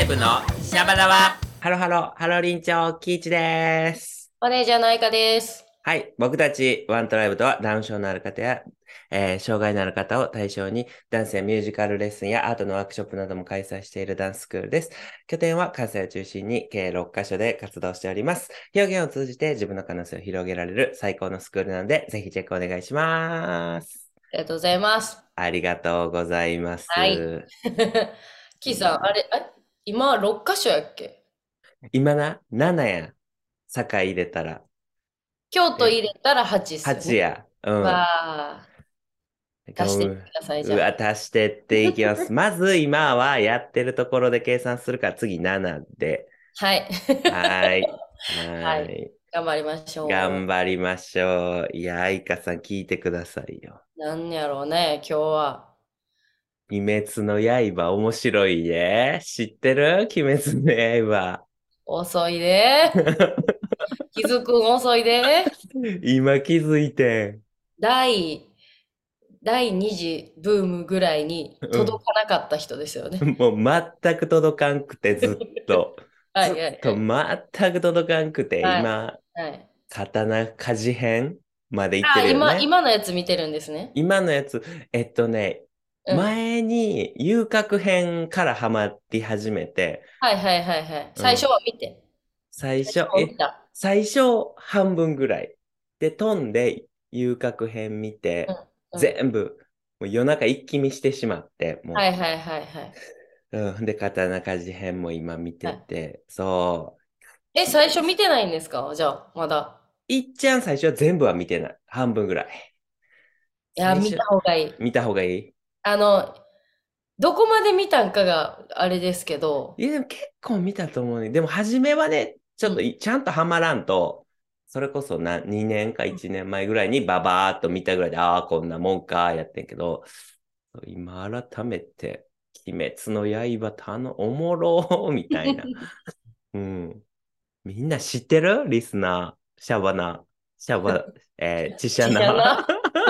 イブのシャバダバ。ハロハロ、ハロリンチョ、キイチです。 マネージャーの愛花です。 はい。僕たちワントライブとはダウン症のある方や、障害のある方を対象にダンスやミュージカルレッスンやアートのワークショップなども開催しているダンススクールです。拠点は関西を中心に計6カ所で活動しております。表現を通じて自分の可能性を広げられる最高のスクールなので、ぜひチェックお願いします。 ありがとうございます。 ありがとうございまはい。 す。 キーさん、今6箇所やっけ？ 今な、7や。坂入れたら。 京都入え、 れたら8っすよ 8 ね。 や。うん。 わあ、出してってうください、じゃうわ、足してっていきます。まず今はやってるところで計算するから次7で。 あ。はい。 はーい。ははい。 ーい。 頑張りましょ頑張りましょう。いや、愛花さん聞いてくださいよ。 う。なんやろうね、今日は。 鬼滅の刃面白いね。知ってる鬼滅の刃。 遅いで。気づくん遅いで。 今気づいて第、第2次ブームぐらいにん。 届かなかった人ですよね。 もう全く届かんくて、ずっと。 はいはいずっとはい。 全く届かんくて、 はい。 今、 はい。 刀鍛冶編まで行ってるよ今、 ね。 今のやつ見てるんですね。 今のやつ、 うん。 前に遊郭編からハマり始めて、 はいはいはいはい。最初うん。 は見て。最初最初、 は見た。 最初半分ぐらい。で、飛んで遊郭編見て、 うんうん。 全部、もう夜中一気見してしまって、もはいはいはいはい。 う、うん。で、刀鍛冶編も今見てはい。 て、そう。 最初見てないんですか？じゃあ、まだ。 いっちゃん最初は全部は見てない。半分ぐらい。 いや、見た最初、 方がいい。 見た方がいい。 あの、どこまで見たんかがあれですけど、 いや、でも結構見たと思うね。でも初めはね、ちょうん。 っとちゃんとハマらんと、それこそ2年か1年前ぐらいにババーっと見たぐらいで、ああ、こんなもんか、やってんけど、今改めて、鬼滅の刃おもろーみたいな。うん。みんな知ってるリスナー、シャバな、シャバ、チシャちやナ。 な。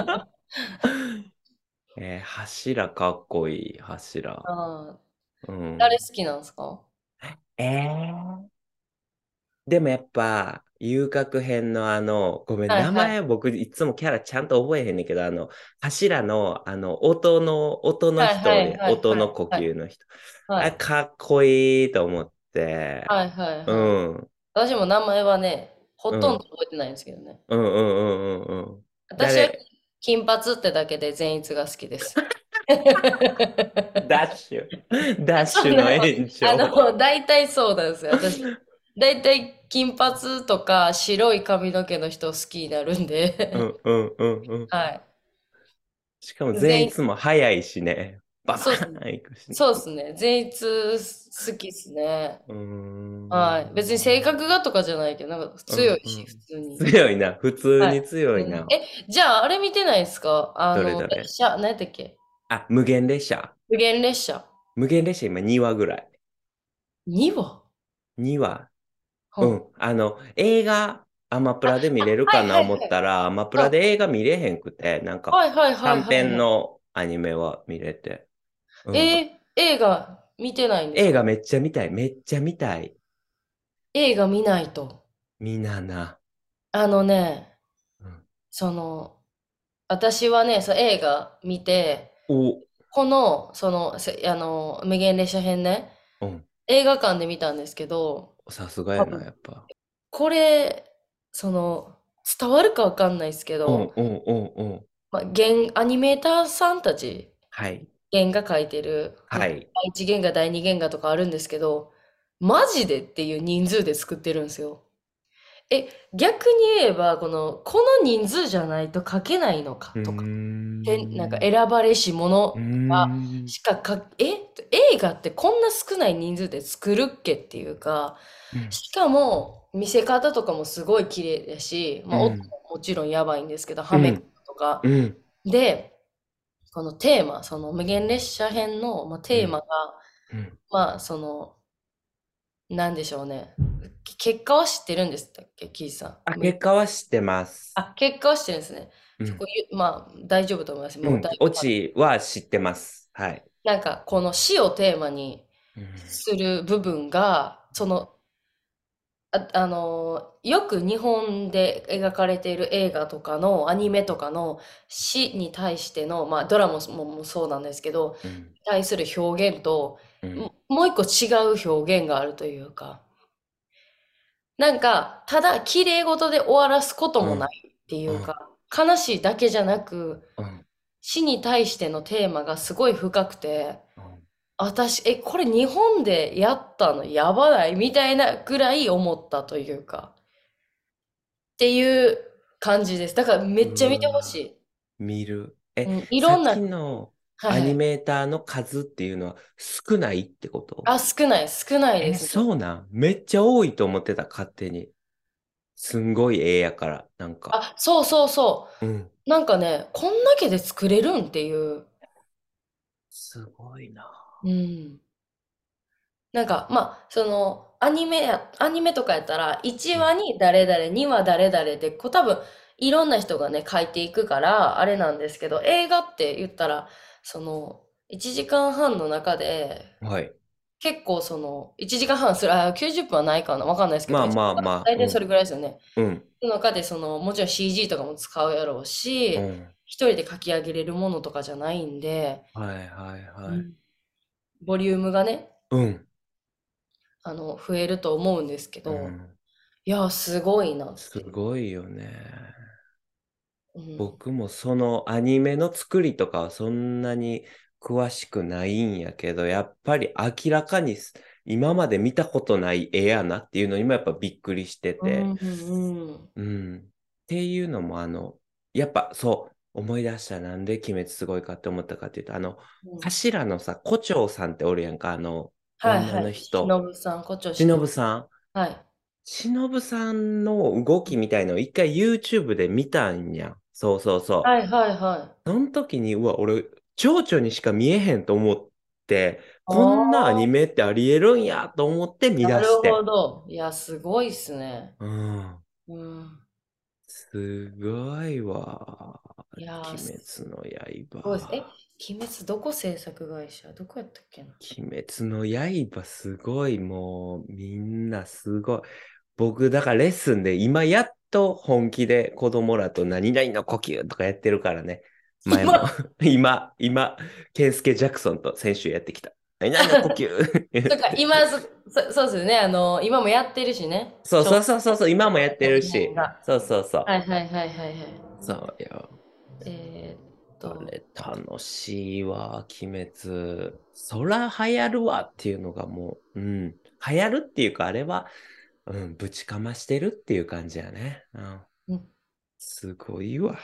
柱かっこいい、柱。 うん。 うん。 誰好きなんですか？ でもやっぱ、遊郭編のごめん、名はいはい。 前僕いつもキャラちゃんと覚えへんねんけど、柱の、音のはいは人で、 いはい音の呼はいはい。 吸の人。あ、 はい。 かっこいいと思って、 はいはいうはい。 ん、 私も名前はね、ほとんどうん、 覚えてないんですけどね。 うん、うん、うん、うん。うん。 私は誰？ 金髪ってだけで善逸が好きです。 ダッシュ。ダッシュのそうなの。 延長。 大体そうなんですよ。私、大体金髪とか白い髪の毛の人好きになるんで。 うん、うん、うん、うん。 はい。 しかも善全、 逸も早いしね。ババそうですね。 ーンいくしね。 そうですね。善逸好きですね。 うーはい。別に性ん。 格がとかじゃないけど、なんかうん、 強いし、普うん。 通に。 強いな。普通はい。 に強うん、 いな。 じゃあ、あれ見てないですか？ どれどれ？ 何やったっけ？ あ、無限列車。 無限列車。 無限列車今2話ぐらい。 2話。 2話。 うん。 うん。映画、アマプラで見れるかはいな思はいはい。 ったら、アマプラあ、 で映画見れへんくて、なんか、 はいはいはい短編はいはい。 のアニメは見れて。うん。 映画見てないんですか？ 映画めっちゃ見たい。めっちゃ見たい。 映画見ないと。 みなな。 あのね、 うん。 その、私はね、映画見て、 お、 この、無限列車編ね、 うん。 映画館で見たんですけど、 さすがやな、 多分、 やっぱ。 これ、その、伝わるかわかんないですけうん、 ど、 うん、うん、うん。 アニメーターさんたち、 はい。 原画描いてる、第はい。 一原画、第二原画とかあるんですけど、マジでっていう人数で作ってるんですよ。逆に言えば、この人数じゃないと描けないのうーかとか、なんかん。 選ばれしうー者がん。 しか映画ってこんな少ない人数で作るっけっていうか、 うん。 しかも見せ方とかもすごい綺麗だし、まあ音うん。 ももちろんやばいんですけど、はめ方うん。 とか。 うん。 で、このテーマ、その無限列車編の、 うん。 テーマが、 うん。 まあなんでしょうね。結果は知ってるんですっけ、キーさあ、 ん。 結果は知ってます。 結果は知ってるんですね。 うん。 まあ大丈夫と思います。 うん。 もうだいぶオチは知ってます。はい。 なんかこの死をテーマに、 うん。 する部分が、よく日本で描かれている映画とかのアニメとかの死に対しての、まあドラマもそうなんですけど、 うん。 対する表現と、 うん。 もう一個違う表現があるというか、なんか、ただ綺麗事で終わらすこともなうん。 いっていうん。 うか、悲しいだけじゃなく、 うん。 死に対してのテーマがすごい深くて、 うん。 これ日本でやったのやばないみたいなぐらい思ったというか、っていう感じです。だからめっちゃ見てうわ、 ほしい。 見る。 うん、いさっきろんな、 のアはいはい。 ニメーターの数っていうのは少ないってこと？ あ、少ないですね。 そうなんめっちゃ多いと思ってた、勝手に。すんごいやから、なんか。 あ、そうそうそうん。 う。なんかね、こんだけで作れるんっていう。 すごいな。 うん。なんか、まあ、アニメとかやったら、1 うん。 話に誰々、2話誰々で、多分、いろんな人がね、書いていくから、あれなんですけど、映画って言ったら、1時間半の中で、 はい。 結構1時間半する、90分はないかな、わかんないですけど、 まあ 1 まあまあ、 大体それうん。 ぐらいですよね。 うん。 その中で、もちろん CG とかも使うやろうし、 うん。 一人で書き上げれるものとかじゃないんで、 はいはいはい。 うん、ボリュームがね、 うん。 増えると思うんですけど、 うん。 いや、すごいなっすて。 ごいよね。 うん。 僕もそのアニメの作りとかはそんなに詳しくないんやけど、やっぱり明らかに今まで見たことない絵やなっていうのにもやっぱびっくりしてて、 うん、うん。 うん。っていうのもやっぱそう、思い出したなんで鬼滅すごいかって思ったかっていうと、 うん。 頭のさ、胡蝶さんっておるやんか、女のはいはい。しの人。 ぶさん、胡蝶しのぶ。 忍さん。 はい。 忍さんの動きみたいのを一回 YouTube で見たんや。そうそうそう。 はいはいはい。 その時に、うわ、俺、蝶々にしか見えへんと思って、こんなアニあメってありえるんやと思って見あ、なるほ出して。 ど。いや、すごいっすね。 うん。 うん。 すごいわ。 いやー、 鬼す滅のごいです。 刃。 鬼滅どこ制作会社どこやったっけな。 鬼滅の刃すごい、もうみんなすごい。僕、だからレッスンで今やっと本気で子供らと何々の呼吸とかやってるからね。前も。 今、 ケンスケ・ジャクソンと先週やってきた。何々の呼吸言っとか、 て。 今、そうですよね。今もやってるしね。 そうちょうそうそうそうそう、今もやってるどねし。 が。 そうそうそう。 はいはいはいはいはい。 そうよ。 えあれ楽しいわ、鬼滅。そら流行るわっていうのがもう、うん。流行るっていうか、あれは、うん、ぶちかましてるっていう感じやね。うん。 うん。 すごいわ。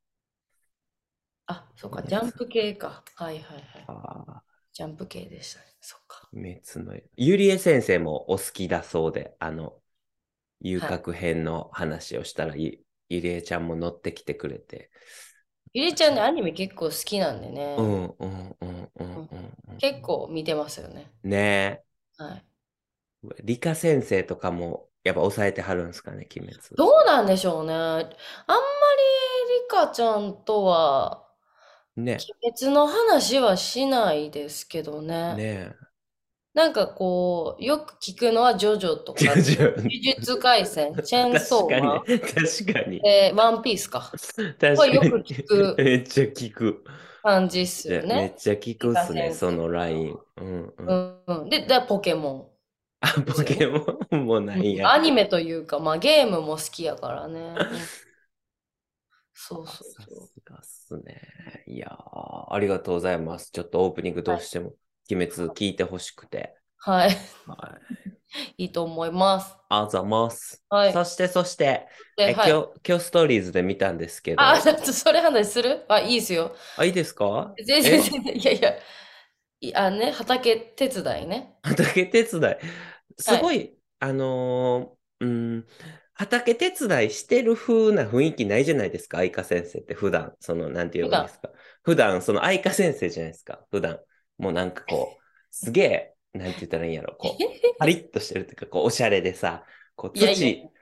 あ、そうか、ジ鬼滅。 ャンプ系か。はいはいはい。 ああ、 ジャンプ系でしたね。そっか。 鬼滅の。ゆりえ先生もお好きだそうで、遊はい。 郭編の話をしたら、ゆりえちゃんも乗ってきてくれて。 ゆりちゃんね、 ちゃん、 アニメ結構好きなんでね。 うんうんうんうんうん。 うんうん。 結構見てますよね。 ねえ。 はい。 理科先生とかも、やっぱ抑えてはるんですかね、鬼滅。 どうなんでしょうね。あんまりリカちゃんとは、 ね。 鬼滅の話はしないですけどね。 ねなんかこう、よく聞くのはジョジョとえ。 か、呪術廻戦、チェーン確かに、 ソーマン、 確かに。 ワンピースか。 確はよくかに。 聞くめっちゃ聞く。 感じっすよね。 めっちゃ聞リカくっすね、そ先生のライン。 とかうんうん。 の。うんうん。で、ポケモあ、 ンですよね。 ポケモンもなうん、 んや。 アニメというか、まあゲームも好きやからね。うん、そうあ、 そうそう。 さすがっすね。いやー、ありがとうございます。ちょっとオープニングどはい。 うしても、鬼滅聞いてほしくて。 はい。 はい。 いいと思います。 あざます。 はい。 そして、 で、はい。 今日ストーリーズで見たんですけあ、ちど、 ょっとそれ話するあ、いいですよ。 あ、いいですか？ 全然全然、いやいや、畑手伝いね。 畑手伝い。すはい。 ごい、畑手伝いしてる風な雰囲気ないじゃないですか、愛花先生って普段、なんて言え普段。 ばいいですか。普段、愛花先生じゃないですか、普段。もうなんかこう、すげえ、なんて言ったらいいんやろ、こう、パリッとしてるっていうか、こう、おしゃれでさ、こう、 いやいや。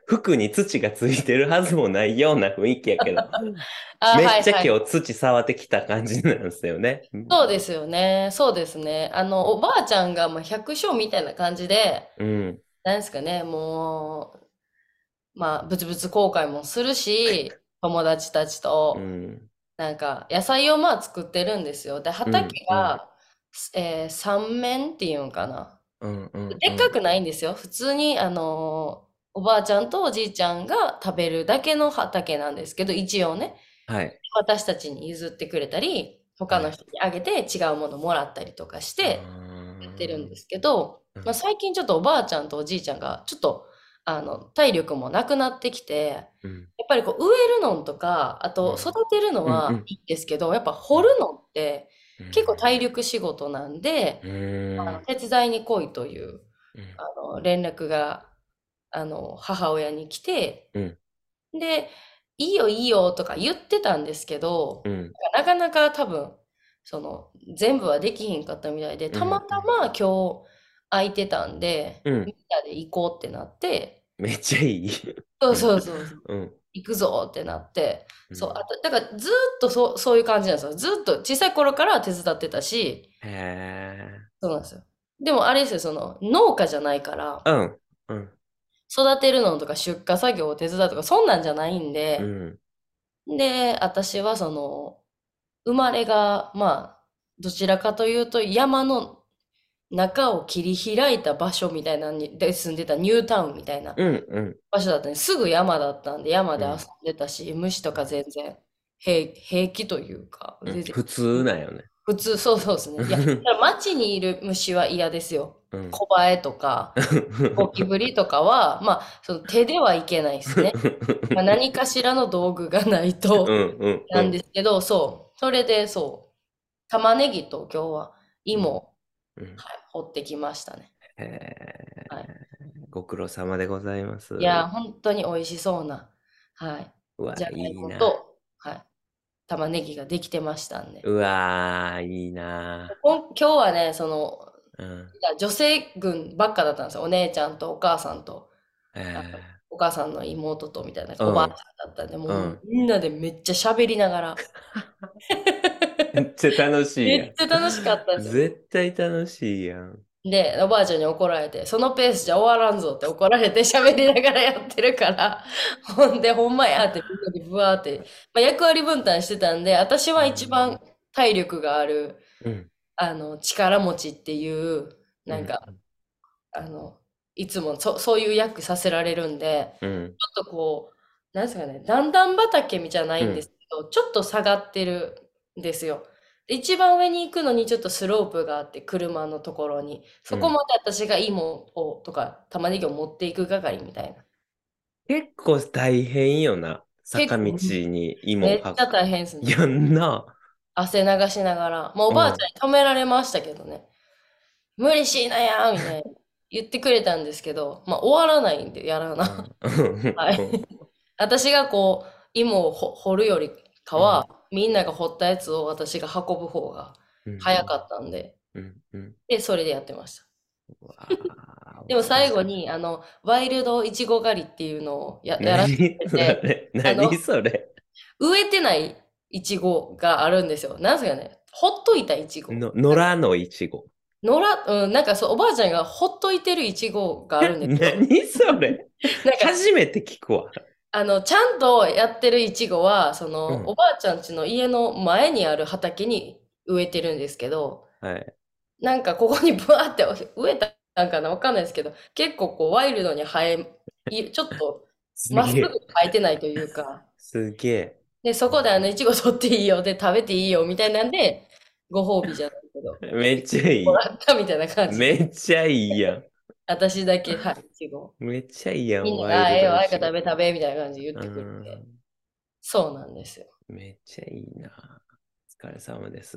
服に土がついてるはずもないような雰囲気やけど、 あ、 めっちゃはいはい。 今日土触ってきた感じなんですよね。 そうですよね。そうですね。おばあちゃんが、まあ、百姓みたいな感じで、 うん、 なんですかね、もう、まあ、物々交換もするし、友達たちと、 うん、 なんか、野菜をまあ作ってるんですよ。で、畑うん、うん、 が、三面っていうんかな。 うん、うん、うん。 でっかくないんですよ。普通に、おばあちゃんとおじいちゃんが食べるだけの畑なんですけど、一応ね、 はい、 私たちに譲ってくれたり、他はい。 の人にあげて違うものもらったりとかしうーてやってるんでん、 すけど、まあ、 うん、 最近ちょっとおばあちゃんとおじいちゃんがちょっと体力もなくなってきて、 うん、 やっぱりこう植えるのとか、あと育うん、 てるのうん、うん、 はいいんですけど、やっぱうん、 掘るのってうん、 結構体力仕事なんで、 うーん、 手伝いに来いという、 うん、 連絡が、母親に来て、 うん、 で、いいよいいよとか言ってたんですけど、 うん、 なかなか多分、全部はできひんかったみたいで、 うん、 たまたま今日空いてたんで、 うん。 みんなで行こうってなって、 めっちゃいい。 そううん、 そうそうそう、 うん、 行くぞってなって、そう、 うん。 だからずーっとそういう感じなんですよ。ずーっと小さい頃から手伝ってたし、 へえ。 そうなんですよ。でもあれですよ、農家じゃないから、 うん、うん、 育てるのとか出荷作業を手伝うとか、そんなんじゃないんで、 うん、 で、私は生まれが、まあ、どちらかというと山の中を切り開いた場所みたいなので住んでたニュータウンみたいなうん、うん、 場所だったんです。すぐ山だったんで山で遊んうん、 でたし、虫とか全然平気というか、全然普通なんよね。 普通、そうそうですね。いや、だから街にいる虫は嫌ですよ。 うん。 コバエとか、ゴキブリとかは、まあ、その手ではいけないですね。まあ、何かしらの道具がないと、 うん、うん、うなんでん。 すけど、そう。それで、そう。玉ねぎと今日はうん、 芋、 うん。 はい、掘ってきましたね。 へえ、 はい。 ご苦労様でございます。 いやー、本当に美味しそうな、はい。 うわ、 じゃがいいいな。 もと、はい。玉ねぎができてましたんで。 うわ、いいな。 今日はね、 うん。 女性群ばっかだったんですよ。お姉ちゃんとお母さんと、あのえお母さんの妹とみたいな、 うん、 おばあちゃんだったんで、もううん。 みんなでめっちゃ喋りながら。 めっちゃ楽しいやん。 めっちゃ楽しかったですよ。 絶対楽しいやん。 で、おばあちゃんに怒られて、そのペースじゃ終わらんぞって怒られて喋りながらやってるから、ほんで、ほんまやってみんなでブワーって、まあ、役割分担してたんで、私うは一番ん、 体力がある、 うん、 力持ちっていう、 うん、 なんか、あの、いつもそういう役させられるんで、 うん、 ちょっとこう、なんですかね、段々畑じゃないんでうん、 すけど、ちょっと下がってるんですよ。で一番上に行くのにちょっとスロープがあって、車のところに。 うん。 そこまで私が芋とか玉ねぎを持っていく係みたいな。 結構大変よな。坂道結構、 に芋めっちゃを大変ですね。 やんな。 汗流しながら。もうおばあちうん。 ゃんに止められましたけどね。無理しいなやみたいな言ってくれたんですけど、まあ終わらないんでやらな。 うん。 はい。私がこう、芋を掘るよりかうん。 は、みんなが掘ったやつを私が運ぶ方がうん。 早かったんで、 うん。うん。 で、それでやってました。 うわあ、おでも疲れ様。 最後に、ワイルドいちご狩りっていうのをやらせ何そてて、 れ何あの、 それ植えてないいちごがあるんですよ。なんすかね、ほっといたいちご。 野良のいちご。 なんかそう、おばあちゃんがほっといてるいちごがあるんですよ。 何それなんか、 初めて聞くわ。 ちゃんとやってるいちごは、 うん。 おばあちゃん家の家の前にある畑に植えてるんですけど、 はい。 なんかここにブワーって植えたんかなわかんないですけど、結構こうワイルドにちょっとまっすぐすげえ。 生えてないというか、 すげえ。 で、そこでいちご取っていいよ、で、食べていいよ、みたいなんで、ご褒美じゃないけど、 めっちゃいい。 もらったみたいな感じめで、 っちゃいいやん。 私だけ、はい、いちご。 めっちゃいいやん、 みんなが、 ワイルええよ、あドいちご。 やか食べ食べ、みたいな感じで言っうてくれて、 ん。 そうなんですよ。 めっちゃいいな。お疲れ様です。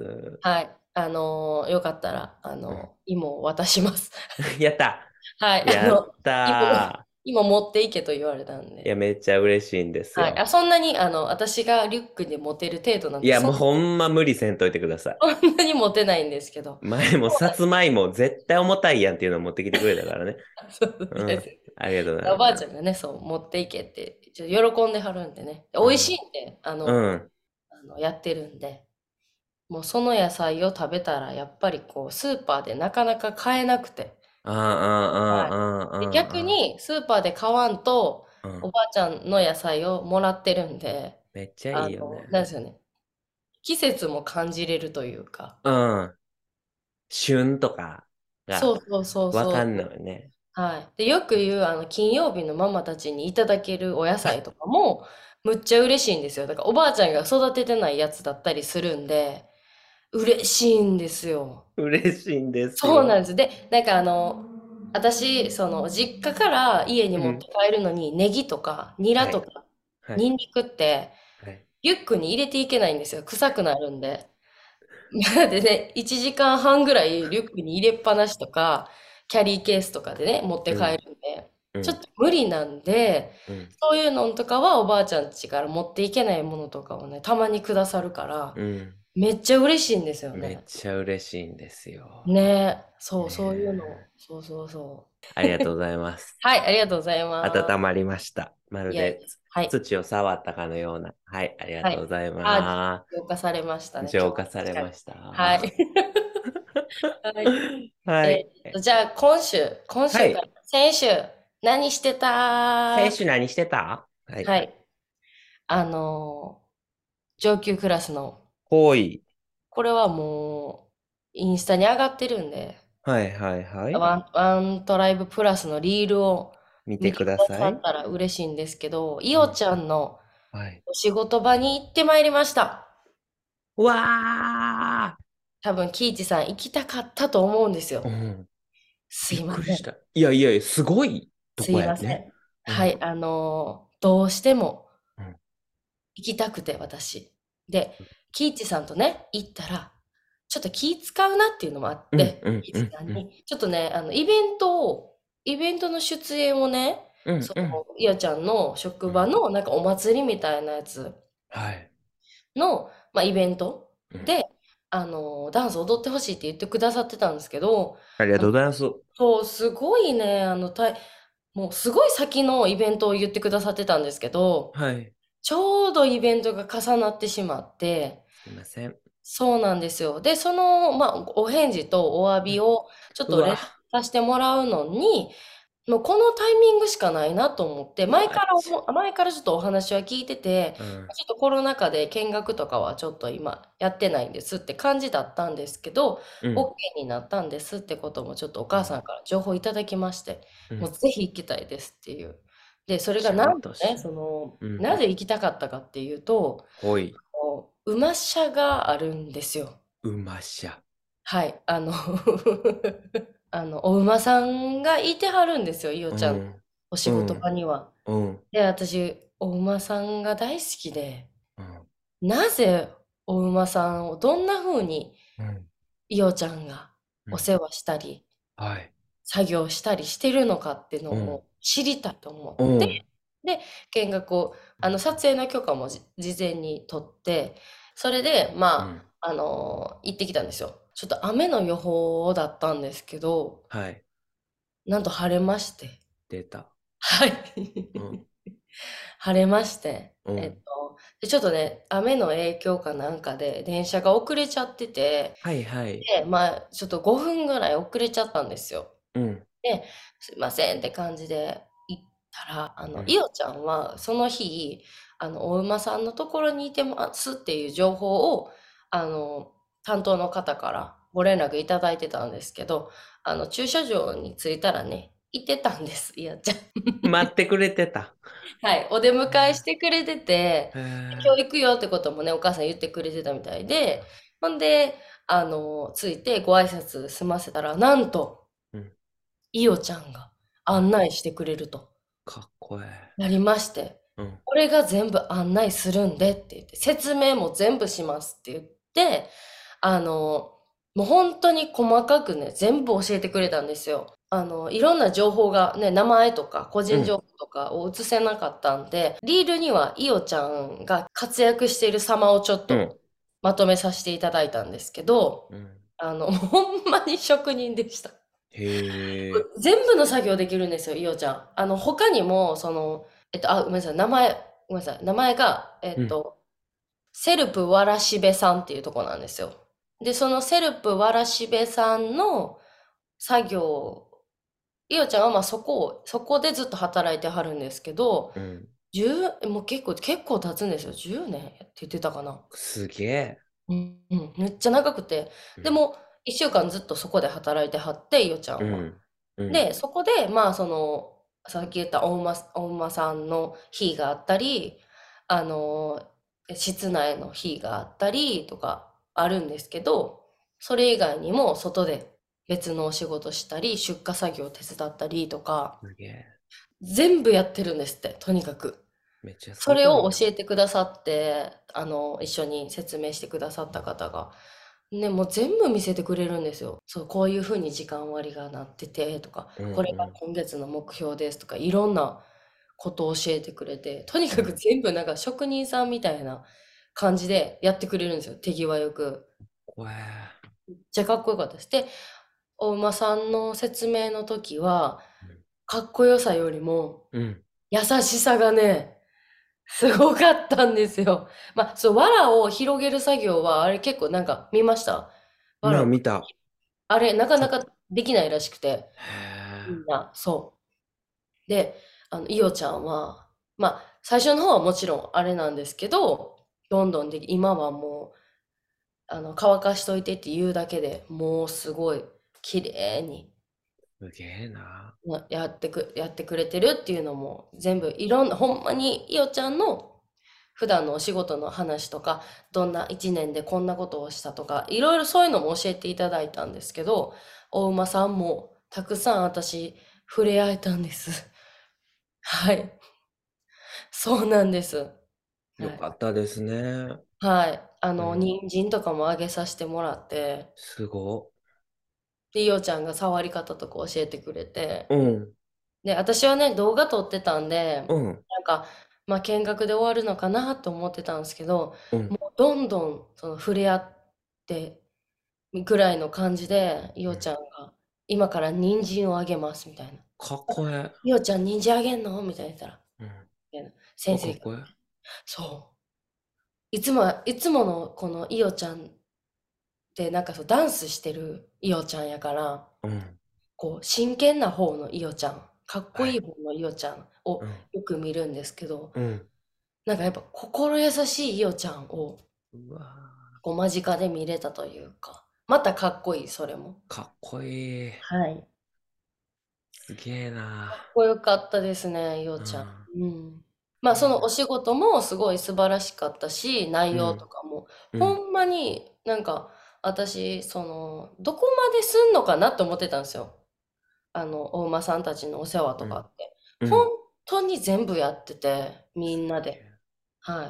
はい。よかったら、 うん。 芋を渡します。 やったはい。 やっ芋、 た今持っていけと言われたんいや、 で。 めっちゃ嬉しいんですはい。あ、 よ。 そんなに、私がリュックで持てる程度なんで、 いや、もうほんま無理せんといてください。 そんなに持てないんですけど。 前もさつまいも絶対重たいやんっていうのを持ってきてくれたからね。 そううん。 です。 ありがとうございおばあます。 ちゃんがね、そう、持っていけって、ちょっと喜んではるんでね。美味しいうん。 んで、 うん。 やってるんで。もうその野菜を食べたら、やっぱりこう、スーパーでなかなか買えなくて。 ああ、あはい。 あ、あで、 あ、あ逆に、スーパーで買わんと、 あ。うん。 おばあちゃんの野菜をもらってるんで、 めっちゃいいよなんね。 ですよね。季節も感じれるというか。 うん。旬とかがそうそうそうわかんそう。 のよね。 はい。で、よく言う、金曜日のママたちにいただけるお野菜とかも、むっちゃ嬉しいんですよ。だから、おばあちゃんが育ててないやつだったりするんで、嬉しいんですよ。 嬉しいんですよ。 そうなんです。で、なんか私、実家から家にうん。 持って帰るのに、ネギとか、ニはい。 ラとか、 はい。 ニンニクって、 はい。 リュックに入れていけないんですよ。臭くなるんで。でね、1時間半ぐらいリュックに入れっぱなしとか、キャリーケースとかでね、持って帰うん。 るんで、ちょっうん。 と無理なんで、 うん。 そういうのとかはおばあちゃん家から持っていけないものとかをね、たまにくださるから、 うん。 めっちゃ嬉しいんですよめっね。 ちゃ嬉しいんですよ。 ねえ、そう、そういうの。 ねそうそうそう。 ありがとうございます。 はい、ありがとうございます。 温まりました。まるいやいや、 ではい、 土を触ったかのような。はい、ありがはい。 とうございあ、 ま浄化されましたす。 ね、今日は浄化され確かに。 ました。 はい。はい。 はい。 じゃあ今はい。 週から先週、何してた？ 先週何してた？はい。 はい。あの上級クラスの、 ほい。 これはもう、インスタに上がってるんで、 はいはいはい。 ワントライブプラスのリールを見て見てくだくだささい。 ったら嬉しいんですけど、いおうん。 ちゃんのはい。 お仕事場に行ってまいりました。 うわ多分、キイチさん行きたかったと思うんですー。うよ。 ん。 すびっいません。 くりした。いやいやいや、すごいとすいこやね。 ません。 うん。 はい、どうしてもうん。 行きたくて、私。で、キイチさんとね、行ったら、ちょっと気使うなっていうのもあっうん。 て、 うん。 キイうん。うん。 チさんに、ちょっとね、イベントの出演をね、 うん。うん。 いやちゃんの職場のなんかお祭りみたいなやつはい。 の、まあ、イベントうん。 で、ダンス踊ってほしいって言ってくださってたんですけど、 ありがあのとうございます。 そう、すごいね、もうすごい先のイベントを言ってくださってたんですけど、 はい。 ちょうどイベントが重なってしまって、 すいません。 そうなんですよ。で、まあ、お返事とお詫うん。 びをちょっうわ。 と連絡させてもらうのに、もうこのタイミングしかないなと思って、 うわち前からちょっとお話は聞いてて、 うん。 ちょっとコロナ禍で見学とかはちょっと今やってないんですって感じだったんですけど、 うん。 OK になったんですってこともちょっとおうん。 母さんから情報いただきまして、 うん。 もうぜひ行きたいですっていう。で、それがちゃんなんとね、 とその、 うん。 なぜ行きたかったかっていうと、 ほい。 馬車があるんですよ。 うましゃ。 はい。お馬さんがいてはるんですよ、いおちゃんのうん。 お仕事うん。 場には。 うん。 で、私、お馬さんが大好きで、 うん。 なぜお馬さんをどんな風にうん。 いおちゃんがうん。 お世話したり、 はい。 作業したりしてるのかっていうのうん。 を知りたいと思って、 うん。 で、見学を、撮影の許可も事前に取って、それで、まうん。 あ、行ってきたんですよ。ちょっと雨の予報だったんですけど、 はい。 なんと晴れまして。 出た。 はい。 うん。 晴れまして。 うん。 で、ちょっとね、雨の影響かなんかで電車が遅れちゃってて、 はいはい。 で、まあ、ちょっと5分ぐらい遅れちゃったんですよ。 うん。 で、すいませんって感じで行ったら、 うん。 いおちゃんはその日、お馬さんのところにいてますっていう情報を、あの、担当の方からご連絡いただいてたんですけど、駐車場に着いたらね、いてたんです、いおちゃん。 待ってくれてた。 はい、お出迎えしてくれてて、 へえ。 今日行くよってこともね、お母さん言ってくれてたみたいで、ほんで、着いてご挨拶済ませたら、なんと、 うん。 いおちゃんがはい。 案内してくれるとかっこえなりまして、 え。うん。 これが全部案内するんでって言って、説明も全部しますって言って、あの、 もう本当に細かくね、全部教えてくれたんですよ。いろんな情報がね、名前とか個うん。 人情報とかを映せなかったんで、リールにはイオちゃんが活躍している様をちょっうん。 とまとめさせていただいたんですけど、 うん。 もうほんまに職人でした。 へえ。 全部の作業できるんですよ、イオちゃん。他にも、ごめんなさい、ごめんなさい、名前が、 うん。 セルプわらしべさんっていうところなんですよ。で、そのセルプわらしべさんの作業、いおちゃんはまあそこでずっと働いてはるんですけど、 うん。 もう結構経つんですよ。10年って言ってたかな。 すげえ。 うん、うん、めっちゃ長くて。 うん。 でも、1週間ずっとそこで働いてはって、いおちゃんは。 うん。うん。 で、そこで、まあ、さっき言ったお馬さんの日があったり、あの、室内の日があったりとかあるんですけど、それ以外にも外で別のお仕事したり、出荷作業を手伝ったりとか、 すげえ。 全部やってるんですって、とにかく。 めっちゃそれすごいな。 を教えてくださって、一緒に説明してくださった方が、ね、もう全部見せてくれるんですよ。そう、こういうふうに時間割がなっててとか、 うん。 これがうん。 今月の目標ですとか、いろんなことを教えてくれて、とにかくうん。 全部なんか職人さんみたいな感じでやってくれるんですよ。手際よく。 これ。 めっちゃかっこよかったです。で、お馬さんの説明の時は、かっこよさよりもうん。 優しさがね、すごかったんですよ。まあ、そう、藁を広げる作業は、あれ結構なんか見ました？藁を。 見た。 あれ、なかなか、 かできないらしくて、 へえ。 みんな、そう。で、いおちゃんは、まあ、最初の方はもちろんあれなんですけど、どんどんで、今はもう、乾かしといてって言うだけでもうすごい綺麗にすげえな。 やってくれてるっていうのも全部いろんな、ほんまにいおちゃんの普段のお仕事の話とか、どんな一年でこんなことをしたとか、いろいろそういうのも教えていただいたんですけど、お馬さんもたくさん私触れ合えたんです。はい。そうなんです。はい。 よかったですね。 はい。 うん。 人参とかもあげさせてもらって、 すご。 で、いおちゃんが触り方とか教えてくれて、 うん。 で、私はね、動画撮ってたんで、 うん。 なんか、まあ、見学で終わるのかなと思ってたんですけど、 うん。 もうどんどんその触れ合ってぐらいの感じで、いおうん。 ちゃんが、今から人参をあげますみたいな。 かっこええ。 いおちゃん人参あげんのみたいな言ったら、 うん。 みたいな先生が、 かっこええ。 そう。いつものこのいおちゃんってなんかそうダンスしてるいおちゃんやから、 うん。 こう真剣な方のいおちゃん、かっこはい。 いい方のいおちゃんをうん。 よく見るんですけど、 うん。 なんかやっぱ心優しいいおちゃんをうわこう間近で見れたというか、またかっこいい、それも。 ー、かっこいい。 はい。 すげえな。 かっこよかったですね、いおうちゃん。 ん。 うん。まあそのおいいな。 仕事もすごい素晴らしかったし、内容とうん。 かも、 うん。 ほんまになんか私、どこまですんのかなと思ってたんですよ。お馬さんたちのお世話うん。 とかって。本うん。 当に全部やってて、みんなで。 すげえ。 はい。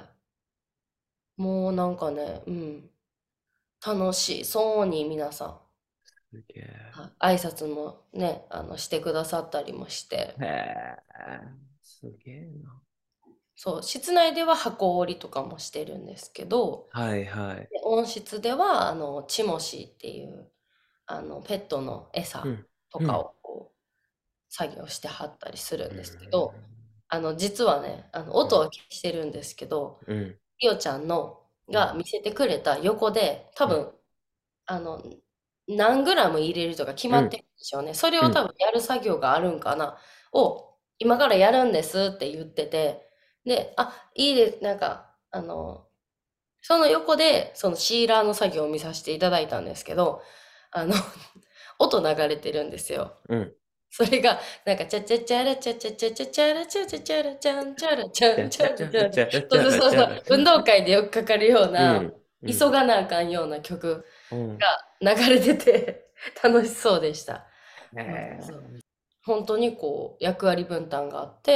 もうなんかね、うん。楽しそうに皆さん、 すげえ。 はい、挨拶もね、してくださったりもして、 へえ。すげえな。 そう、室内では箱織りとかもしてるんですけど、 はいはい。 で温室では、チモシっていう、ペットの餌うん。 とかうん。 をこう、作業してはったりするうんですけど、 ん。 実はね、 うん。 音は消してるんですけど、 うん。 りおちゃんうん。 が見せてくれた横で、多うん。 分、あの、何グラム入れるとか決まうん。 ってるんでしょうね。それうん。 を多分やる作業があるんかな、を、今からやるんですって言ってて、で、いいです。なんか、その横で、そのシーラーの作業を見させていただいたんですけど、あの、音流れてるんですよ。 うん。 それが、なんか、チャチャチャラチャチャチャチャチャラチャチャチャラチャンチャラチャンチャラチャン。そうそうそうそう、運動会でよくかかるような、 うん。うん。 急がなあかんような曲うん。 が流れてて楽しそうでした。 へそうそうそう。 え。 本当にこう役割分担があって、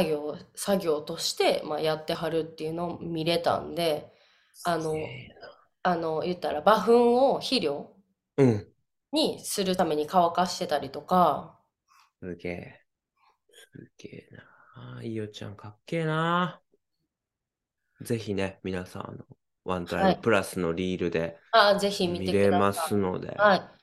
作業として、まあ、やってはるっていうのを見れたんで、 すあの、 げえな。 言ったら馬糞を肥料うん。 にするために乾かしてたりとか、 すげえ。すげえな。いいおちゃんかっけえな。ぜひね、皆さん、ワントライはい。 ブプラスのリールでぜひ見見てくだれますのさい。 で、 はい。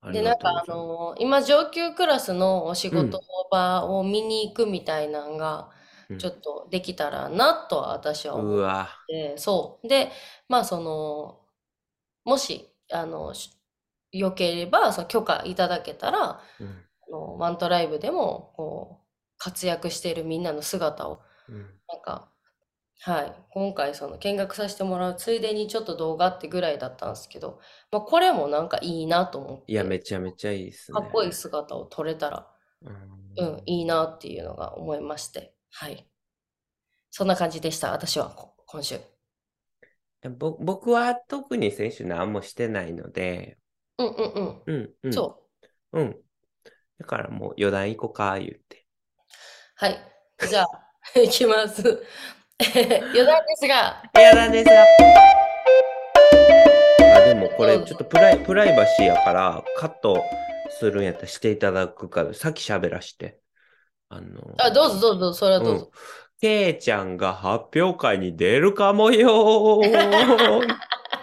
で、 ありがとうございます。 今、上級クラスのお仕事うん。 場を見に行くみたいなのが、 うん。 ちょっとできたらなとは私は思っうわ。 て、そう。で、まあ、もし、よければ、その許可いただけたら、 うん。 ワントライブでも、こう、活躍しているみんなの姿を、 うん。 なんか、はい、今回その見学させてもらうついでにちょっと動画ってぐらいだったんですけど、まあ、これもなんかいいなと思いや、めって、 ちゃめちゃいいですかっこいいね。 姿を撮れたら、 ううん、 ん。 いいなっていうのが思いまして、はい。そんな感じでした、私は今週。 僕は特に選手何もしてないので、 うんうんうん。 うん、うん、 そう。 うん。だからもう余談行こうか、言って。 はい。じゃあ、いきます。余談ですが、 いやだですが。でもこれどうぞ。 ちょっとプライバシーやからカットするんやったらしていただくから、さっき喋らして。ああ、どうぞのどうぞ、それはうん。 どうぞ。 ケイちゃんが発表会に出るかもよー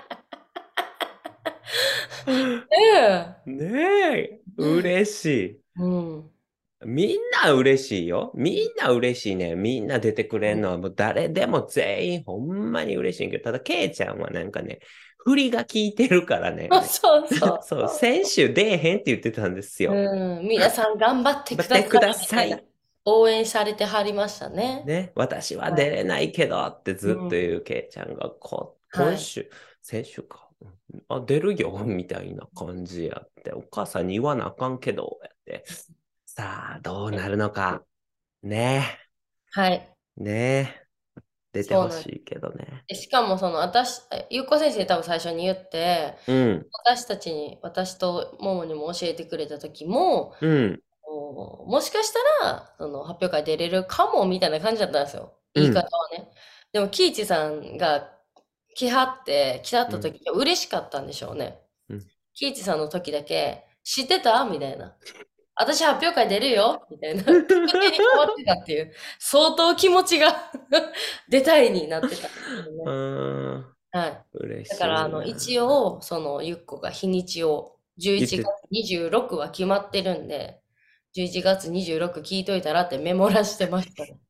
い。 ええ。 ねえ、嬉しい。 うん。うんみんな嬉しいよ。みんな嬉しいね。みんな出てくれんのはもう誰でも全員ほんまに嬉しいけど、ただケイちゃんはなんかね、振りが効いてるからね。 そうそうそう、 そう。 選手出えへんって言ってたんですよ。 うん、皆さん頑張ってください待ってくだみたいな。 さい。 応援されてはりましたね。 ね、私ははい。 出れないけどってずっとうん。 言うケイちゃんがはい。 先週か。出るよ、みたいな感じやって、お母さんに言わなあかんけど、やって。さあ、どうなるのか。ねはい。 え、ねえ、出てほそうなんです。 しいけどね。 でしかもゆうこ先生多分最初に言って、 うん、 私とももにも教えてくれた時も、 うん、 もしかしたら、発表会出れるかもみたいな感じだったんですよ。言い方うん、 はね。でも、喜一さんが来はったうん、 時が嬉しかったんでしょうね。 うん。 喜一さんの時だけ、知ってたみたいな。私発表会出るよみたいな。確定に変わってたっていう、相当気持ちが出たいになってたんですようね。 ーん、 はい。 嬉だから、 しい一な。 応、ゆっこが日にちを、11 言って、 月26は決まってるんで、11月26聞いといたらってメモらしてましたね。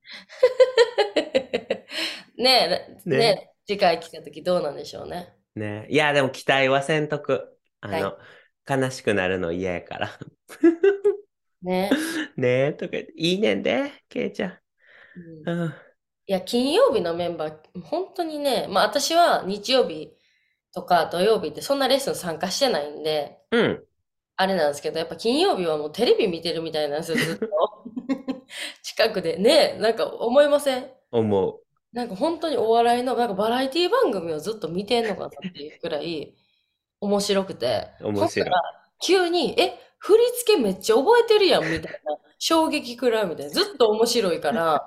ねね、 え、次回来た時どうなんでしょうね。 ね。いや、でも期待はせんとく。 はい。 悲しくなるの嫌やから。 ね。 ねえ、とか言って、いいねんで、ケイちゃん。 うん、 うん、 いや、金曜日のメンバー、本当にね、まあ私は日曜日とか土曜日ってそんなレッスン参加してないんで、 うん。 あれなんですけど、やっぱ金曜日はもうテレビ見てるみたいなんですよ、ずっと。近くで。ね、なんか思いません？ 思う。 なんか本当にお笑いの、なんかバラエティ番組をずっと見てんのかなっていうくらい面白くて、ほんな面白い。 ら急に、振り付けめっちゃ覚えてるやんみたいな、衝撃食らうみたいな、ずっと面白いから、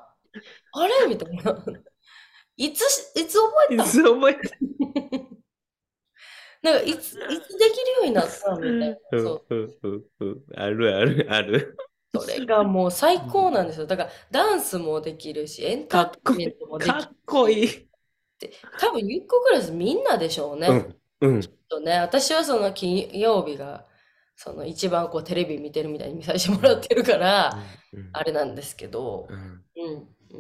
あれみたいな。いつ覚えいたん？ つ覚えて。 なんかいつできるようになったんみたいな。 うん、 そう。 うん、うん、うん。あるあるある。 それがもう最うん。 高なんですよ。だからダンスもできるし、エンターテインメンかっこいい。 トもできるかっこいし、 い。 多分ゆっこクラスみんなでしょうね。 うん、うん、 とね、私はその金曜日が、一番こうテレビ見てるみたいに見させてもうん、 らってるから、 うん、うん。 あれなんですけど、 うん。 うん、うん、うん、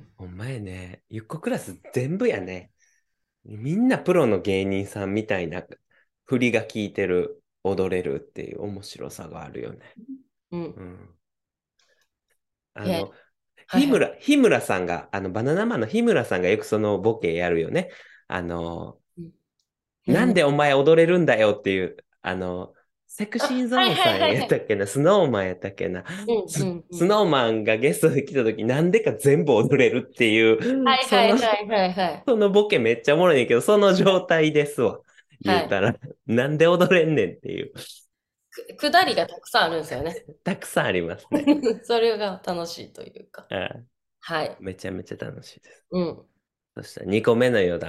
お前ね、ゆっこクラス全部やね。みんなプロの芸人さんみたいな振りが効いてる、踊れるっていう面白さがあるよね。 うん。うん。 うん。あね、 の、 はいはい。 日村さんが、バナナマンの日村さんがよくそのボケやるよね。あの、 うん。 なん何？ でお前踊れるんだよっていう、セクあ、 シーゾはいーンさんはいはいはい。 やったっけな、スノーマンやったっけな、 うん、うん、うん。 スノーマンがゲストで来た時、なんでか全部踊れるっていう、 はいはいはいはいはい。 そのボケめっちゃおもろいねんけど、その状態ですわ。 はい。 言うたら、なんで踊れんねんっていう、 下りがたくさんあるんですよね。 たくさんありますね。 それが楽しいというか。 ああ、 はい。 めちゃめちゃ楽しいです。 うん。 そしたら2個目の余談。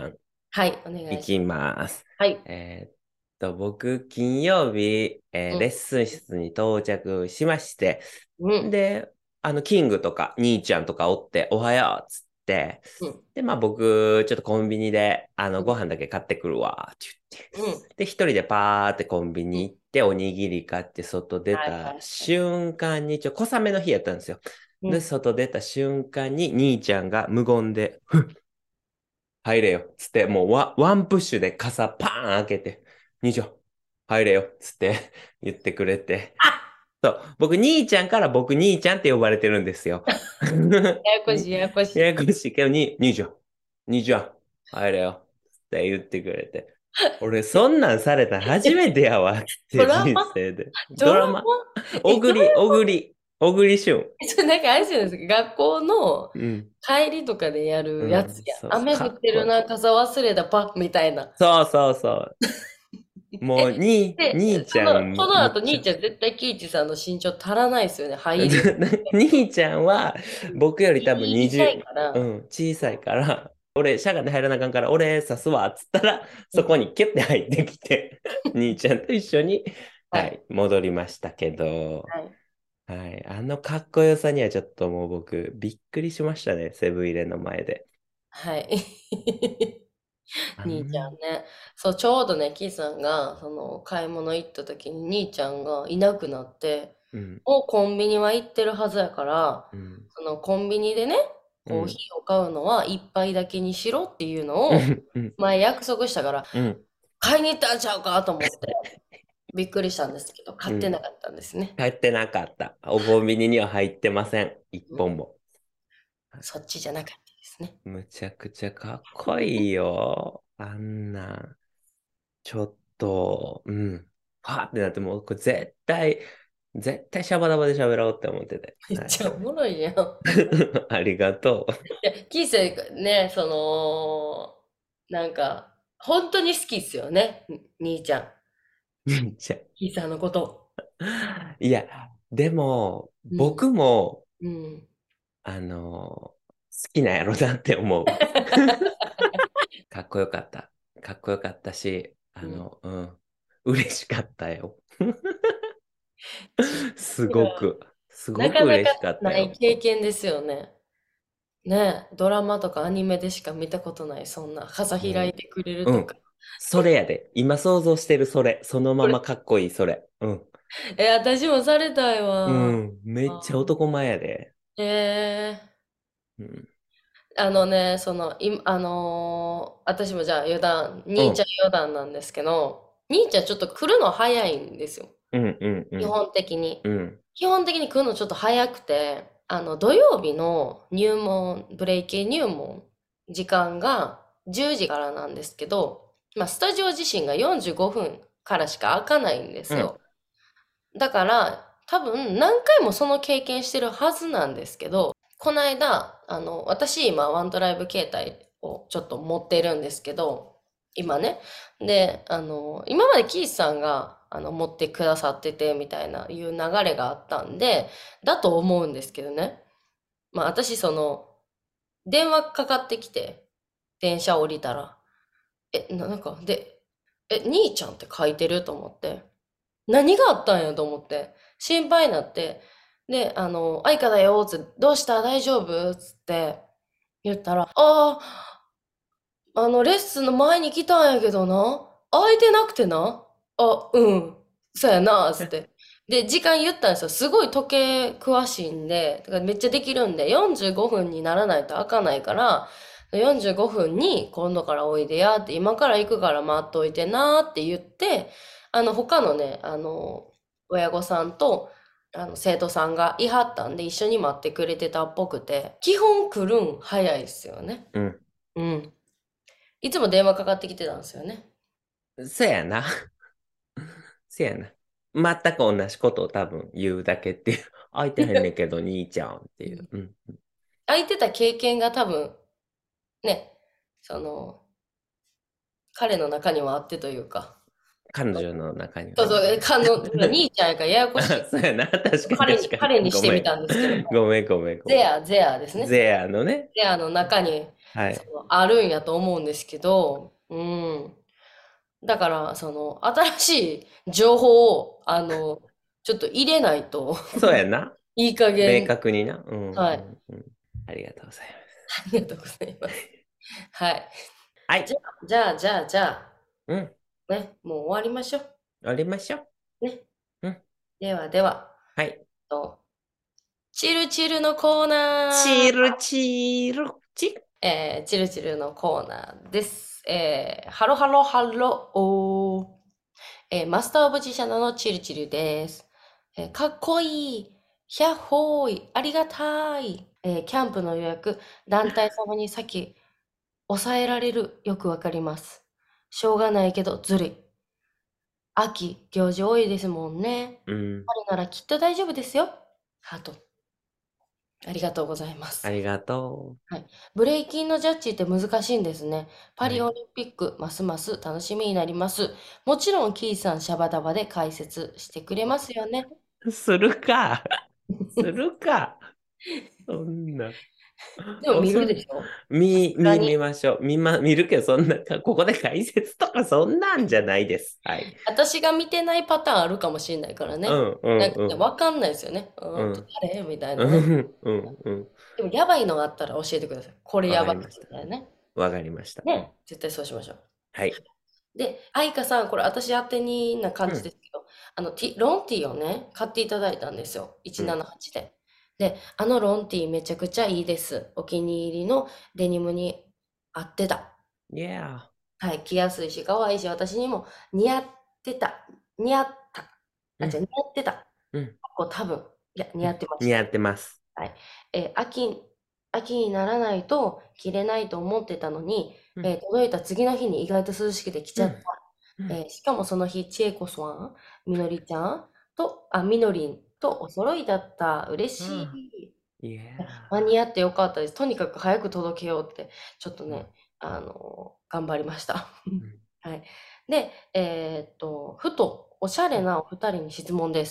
はい、お願いしいきます。 ます。 はい。 僕、金曜日、 うん、 レッスン室に到着しまして、 うん、 で、キングとか兄ちゃんとかおって、おはようっつって、 うん、 で、まあ僕、ちょっとコンビニで、 うん、 ご飯だけ買ってくるわ、って言って。 うん、 で、一人でパーってコンビうん。 ニ行って、おにぎり買って外出はいたはいはい。 瞬間に、小雨の日やったんですよ。で、 うん。 外出た瞬間に、兄ちゃんが無言で、入れよ。つって、もうワンプッシュで傘パーン開けて、兄ちゃん、入れよ。つって言ってくれて。 あ、 そう。僕、兄ちゃんから僕、兄ちゃんって呼ばれてるんですよ。 ややこしい、 にややこしい。 ややこしいけど、兄ちゃん、兄ちゃん、入れよ。って言ってくれて。俺、そんなんされたの初めてやわ。って人ドラマ生で。 ドラマドラマ。 え、どういうこと？ 小栗旬。 それなんかあれじゃないですか、学校のうん。 帰りとかでやるやつうん。 や。 そうそう。 雨降かっこいい。 ってるな、傘忘れたパみたいな。 そうそうそう。もう、 え、で、 兄ちゃん、 その後むっちゃ兄ちゃん絶対キイチさんの身長足らないですよね、入りを。 兄ちゃんは僕より多分小さいか 20、うら、 ん、小さいから、俺、しゃがんで入らなあかんから、俺、刺すわ、っつったら、 うん、 そこにキュッて入ってきて、兄ちゃんと一緒に、 はい。 はい、戻りましたけど、 はい。 はい、あのかっこよさにはちょっともう僕、びっくりしましたね、セブン入レの前で。 はい。兄ちゃんあん、 ね。そう、ちょうどね、キイさんが、買い物行った時に兄ちゃんがいなくなって、 うん、 もうコンビニは行ってるはずやから、 うん、 そのコンビニでね、コーヒうん、 ーを買うのは一杯だけにしろっていうのをうん、うん、 前約束したから、 うん、 買いに行ったんちゃうかと思ってびっくりしたんですけど、買うん、 ってなかったんですね。 帰ってなかった。おコンビニには入ってません、一うん、 本も。 そっちじゃなかったですね。 むちゃくちゃかっこいいよ。あんな、ちょっと、うん。はってなって、もう、これ絶対シャバダバで喋ろうって思ってて。 めっはい。 ちゃおもろいやん。 ありがといや、キーセね、なんか、本当に好きっすよね、兄ちゃん。 う。じゃ、 キーさんのこと。 いや、でも、 うん、 僕も、 うん。 好きなんやろなって思う。かっこよかった。かっこよかったし、 うん。 うん。嬉しかったよ。すいや、 ごく、すごなかなかく嬉しかったないよ。 経験ですよね。ね、ドラマとかアニメでしか見たことない、そんな、傘開いもてくれるう、うん。 とか。 それやで。今想像してるそれ。そのまこれ、 まかっこいいそれ。うん。 私もされたいうわ。 ん。めっちゃ男前やで。 えー、 うん。 あのね、私もじゃあ余談、兄ちゃんうん。 余談なんですけど、兄ちゃんちょっと来るの早いんですよ。 うん。うん。うん。 基本的に。 うん。 基本的に来るのちょっと早くて、土曜日の入門、ブレイキン入門、時間が10時からなんですけど、まあ、スタジオ自身が45分からしか開かないんですうん。 よ。だから、多分何回もその経験してるはずなんですけど、この間、私今ワントライブ携帯をちょっと持ってるんですけど、今ね。で、今までキースさんが、持ってくださっててみたいないう流れがあったんで、だと思うんですけどね。まあ私電話かかってきて、電車降りたら、なんか、兄ちゃんって書いてると思って、何があったんやと思って、心配になって、で、愛花だよ、つって、どうした大丈夫つって言ったら、レッスンの前に来たんやけどな、空いてなくてな、うん、そうやな、つって。で、時間言ったんですよ。すごい時計詳しいんで、だからめっちゃできるんで、45分にならないと開かないから、45分に今度からおいでやって、今から行くから待っといてなって言って、他のね、親御さんと、生徒さんがいはったんで、一緒に待ってくれてたっぽくて、基本来るん早いっすよね。 うん。 うん。いつも電話かかってきてたんですよね。 そやな。そやな。全く同じことを多分言うだけっていう。空いてへんねんけど、兄ちゃんっていう。 うん。 うん。 空いてた経験が多分、ね、その、彼の中にはあってというか、 彼女の中にはね。 そうそう、兄ちゃんやからややこしあ、 い。 そうやな。確かに彼に、 確かに。 彼にしてみごめん。 たんですけど、 ごめんごめんごめん。 ゼアですね。 ゼアのね。 ゼアの中に、 はい。 あるんやと思うんですけど、 うん。だから、新しい情報を、ちょっと入れないとそうやな。 いい加明減。 確にな。うんうはい。 んうん。ありがとうございます。 ありがとうございます。はい。 はい。 じゃあ、 うん。 ね、もう終わりましょう。 終わりましょう。 ね。 うん。 ではでは、 はい。 と、チルチルのコーナー。 チルチルチ。 チルチルのコーナーです。ハロハロハロー。マスターオブジシャナのチルチルです。かっこいい。ヒャッホーイ。ありがたい。キャンプの予約、団体様に先、抑えられる。よくわかります。しょうがないけど、ずるい。秋、行事多いですもんね。 うん。 春ならきっと大丈夫ですよ。ハート。ありがとうございます。 ありがとはい。ブレイキンのジャッジって難しいんですね。 う。はい。 パリオリンピック、ますます楽しみになります。もちろん、キーさん、シャバダバで解説してくれますよね。 するか。するか。そんな。 でも見るおそん、 でしょ？さす見がに。 ましょう。見るけど、そんな、ここで解説とかそんなんじゃないです。はい。 私が見てないパターンあるかもしれないからね。 うんうんなんかね、 うん。 わかんないですよね。 うん誰みたいうなね。 んうんうん。 でも、やばいのがあったら教えてください。これわやばいかりました。 みたいなね。 わかりました。 ね、絶対そうしましょう。 はい。 で、愛花さん、これ私宛てにな感うん。 じですけど、ロンティーをね、買っていただいたんですよ。 うん。 178で。で、あのロンティーめちゃくちゃいいです。お気に入りのデニムに合ってた。 Yeah. はい、着やすいし、可愛いし、私にも似合ってた。似合った。あ、じゃうん。 似合ってた。 うん。 こう多分、いや、似合っうん。 てました。 似合ってます。 はい。秋にならないと着れないと思ってたのに、 うん。 届いた次の日に意外と涼しくて着ちゃった。 うん。うん。 しかもその日、千恵子さん、みのりちゃんみのりんとお揃いだった。嬉うん。 しい。 Yeah. 間に合ってよかったです。とにかく早く届けようって、ちょっとうん。 ね、頑張りました。 うん。 はい。で、ふと、おしゃれなお二人に質問です。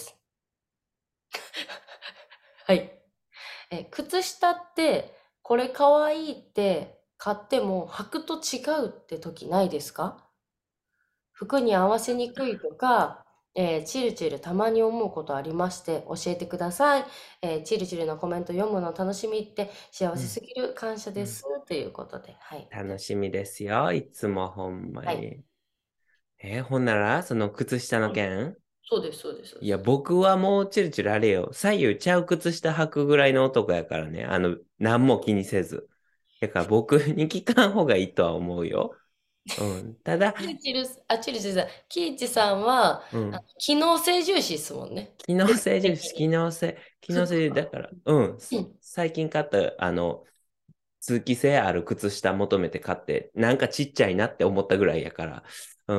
はい。靴下って、これかわいいって買っても履くと違うって時ないですか？服に合わせにくいとか、チルチルたまに思うことありまして教えてください。チルチルのコメント読むの楽しみって幸うん。 せすぎる感謝うん。 ですということで、はい。 楽しみですよ。いつもほんまはい。 に。ほんなら、その靴下のうん。 件そうです、そうです、そうでいや、 す。 僕はもうチルチルあれよ。左右ちゃう靴下履くぐらいの男やからね。何も気にせず。だから僕に聞かん方がいいとは思うよ。うん。ただ、 チルチルさん、キイチさんは、 うん。 機能性重視ですもんね。 機能絶性重視、 対的に。 機能性、 服は。 だから、うん。 うん。 最近買った、通気性ある靴下求めて買って、なんかちっちゃいなって思ったぐらいやから、うん。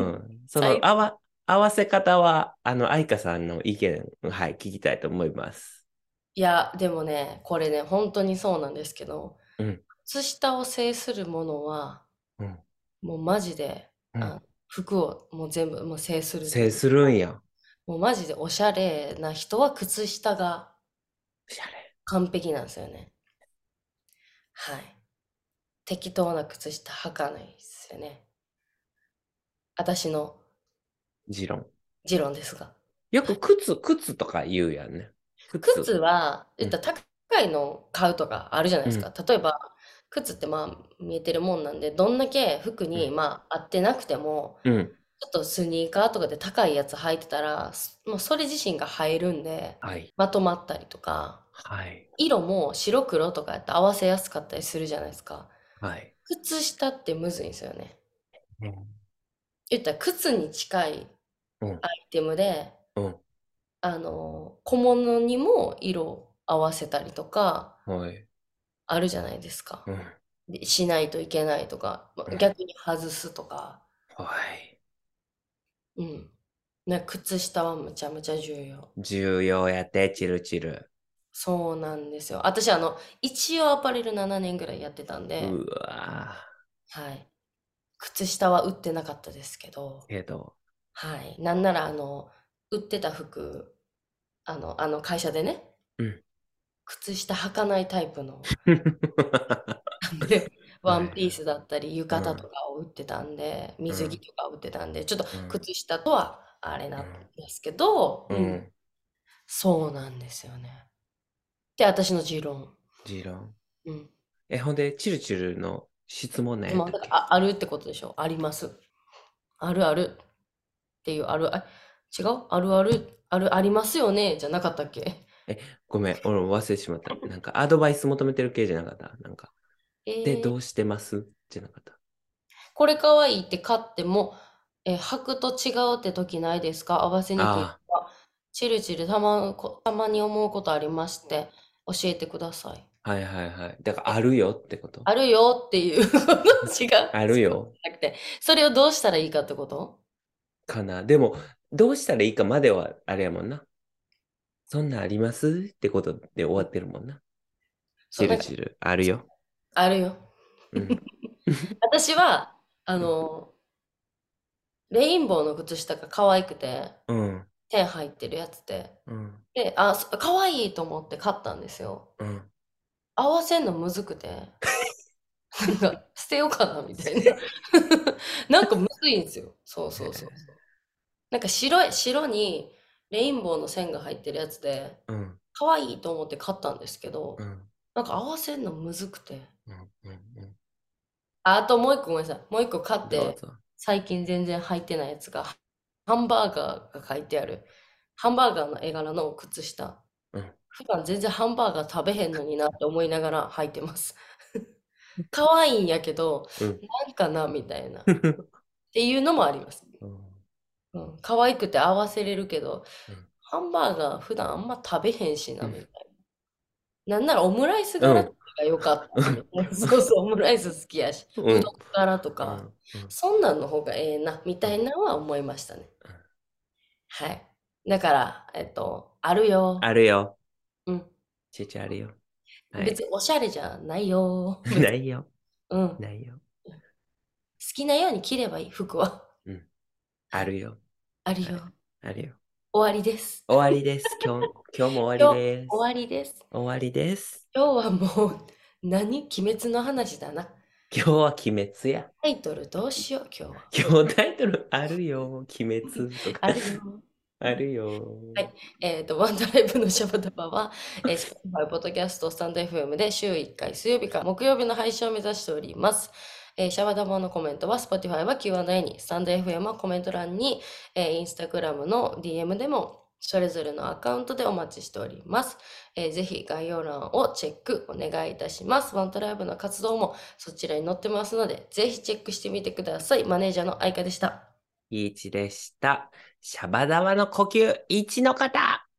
最合わせ方は、愛花さんの意見、はい、聞きたいと思います。 いや、でもね、これね、本当にそうなんですけど、 うん、 靴下を制するものは、 うん、 もうマジで、 うん。 服をもう全部もう制するという。 制するんや。 もうマジでおしゃれな人は靴下がおしゃれ。 完璧なんですよね。はい。適当な靴下履かないですよね。私の持論。 持論ですが。 よく靴とか言うやんね。靴。 靴は、 うん、 高いの買うとかあるじゃないですか。 うん、 例えば、靴ってまあ見えてるもんなんで、どんだけ服にうん、 まあ合ってなくても、 うん。 ちょっとスニーカーとかで高いやつ履いてたら、もうそれ自身が映えるんで、 はい、 まとまったりとか、 はい、 色も白黒とかやって合わせやすかったりするじゃないですか。 はい。 靴下ってむずいんですよね。 うん、 言ったら靴に近いうん、 アイテムで、 うん。 小物にも色を合わせたりとか、 はい。 あるじゃないですか。 うん、 で、しないといけないとか、 うん。 逆に外すとか、 はい。 うん。靴下はむちゃむちゃ重要。 重要やって、チルチル。 そうなんですよ。私、一応アパレル7年ぐらいやってたんで、 うわはい。靴下は売ってなかったですけど、 けど。 はい。なんなら、売ってた服、会社でね、 うん。 靴下履かないタイプの、で、 ワはいはい。 ンピースだったり、浴衣とうん。 かを売ってたんで、水着うん。 とかを売ってたんで、ちょっとうん。 靴下とはあれなんうん。 ですけど、うん、 うん。 そうなんですよね。で、私の持論。 ジロン。 うん。 ほんで、チルチルの質問なんやっまあ、 たっけ？ あるってことでしょ。あります。あるあるっていう、違うあるある、ありますよねじゃなかったっけ？ え、ごめん、俺も忘れてしまった。なんか、アドバイス求めてる系じゃなかった？なんか、で、 えー、 どうしてますじゃなかった？ これ可愛いって買っても、履くと違うって時ないですか？合わせにくいとあか。チルチルたまに思うことありまして、教えてください。 あ、はいはいはい。だから、あるよってこと？ あるよっていう違う。そうじあるよ。 ゃなくて、それをどうしたらいいかってこと？ かな。でも、どうしたらいいかまでは、あれやもんな。そんなんありますってことで終わってるもんな。 そう、 チルチル、あるよ。 あるよ。 うん。 私は、あうん。 の、レインボーの靴下が可愛くて、 うん。 線入ってるやつで、 うん。 で、可愛いと思って買ったんですよ。 うん。 合わせんのむずくて、なんか捨てようかなみたいな。なんかむずいんですよ。そうそうそうそう。なんか白にレインボーの線が入ってるやつで、 うん。 可愛いと思って買ったんですけど、 うん。 なんか合わせんのむずくて。 うん。うん。 あともう一個ごめんなさい。もう一個買って、 どうぞ。 最近全然履いてないやつが、ハンバーガーが書いてある、ハンバーガーの絵柄の靴下。 うん。 普段全然ハンバーガー食べへんのになって思いながら履いてます。可愛いんやけど、 うん。 なんかなみたいな。っていうのもあります。 うん。 うん、可愛くて合わせれるけど、 うん。 ハンバーガー普段あんま食べへんしな、みたいな。なんならオムライス柄とうん。 かが良かったみたいな。そうそう、オムライス好きやし、うどんうん。 柄とか、 うん。うん。 そんなんの方がええな、みたいなのは思いましたね。はい。だから、あるよ。 あるよ。 うん。 ちっちゃいあるよ。はい。 別におしゃれじゃないよ。別に。 ないよ。 うん。好ないよ。 きなように着ればいい、服は。 うん。 はい。 あるよ。はい。 あるよ。 あるよ。 終わりです。 終わりです。今日も終わり今日、 です。 終わりです。 終わりです。 今日はもう、鬼滅の話だな。 今日は鬼滅や。 タイトルどうしよう、今日は。 今日タイトルあるよ。鬼滅とか。 あるよ。 あるよ。 はい。ワンドライブのシャバダバは、Spotify、ポッドキャスト、スタンド FM で週1回、水曜日か木曜日の配信を目指しております。シャバダバのコメントは、Spotify は Q&A に、スタンド FM はコメント欄に、Instagram の DM でも、それぞれのアカウントでお待ちしております。ぜひ概要欄をチェックお願いいたします。ワントライブの活動もそちらに載ってますので、ぜひチェックしてみてください。マネージャーの愛花でした。 いいちでした。シャバダワの呼吸、1の方。